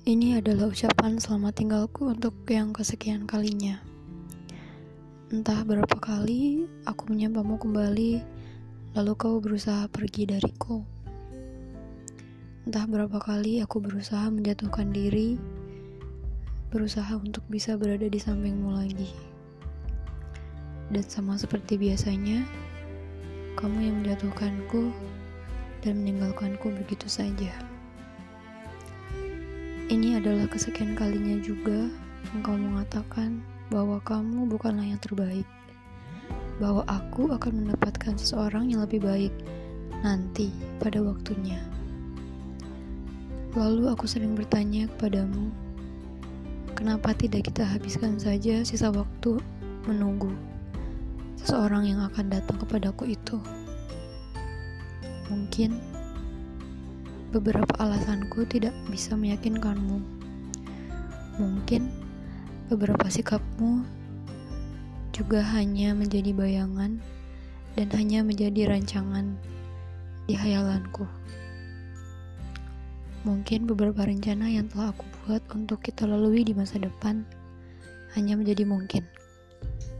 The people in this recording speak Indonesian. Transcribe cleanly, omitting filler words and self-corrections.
Ini adalah ucapan selamat tinggalku untuk yang kesekian kalinya. Entah berapa kali aku menyambamu kembali, lalu kau berusaha pergi dariku. Entah berapa kali aku berusaha menjatuhkan diri, berusaha untuk bisa berada di sampingmu lagi. Dan sama seperti biasanya, kamu yang menjatuhkanku dan meninggalkanku begitu saja. Ini adalah kesekian kalinya juga engkau mengatakan bahwa kamu bukanlah yang terbaik, bahwa aku akan mendapatkan seseorang yang lebih baik nanti pada waktunya. Lalu aku sering bertanya kepadamu, kenapa tidak kita habiskan saja sisa waktu menunggu seseorang yang akan datang kepadaku itu? Mungkin beberapa alasanku tidak bisa meyakinkanmu. Mungkin beberapa sikapmu juga hanya menjadi bayangan dan hanya menjadi rancangan di hayalanku. Mungkin beberapa rencana yang telah aku buat untuk kita lalui di masa depan hanya menjadi mungkin.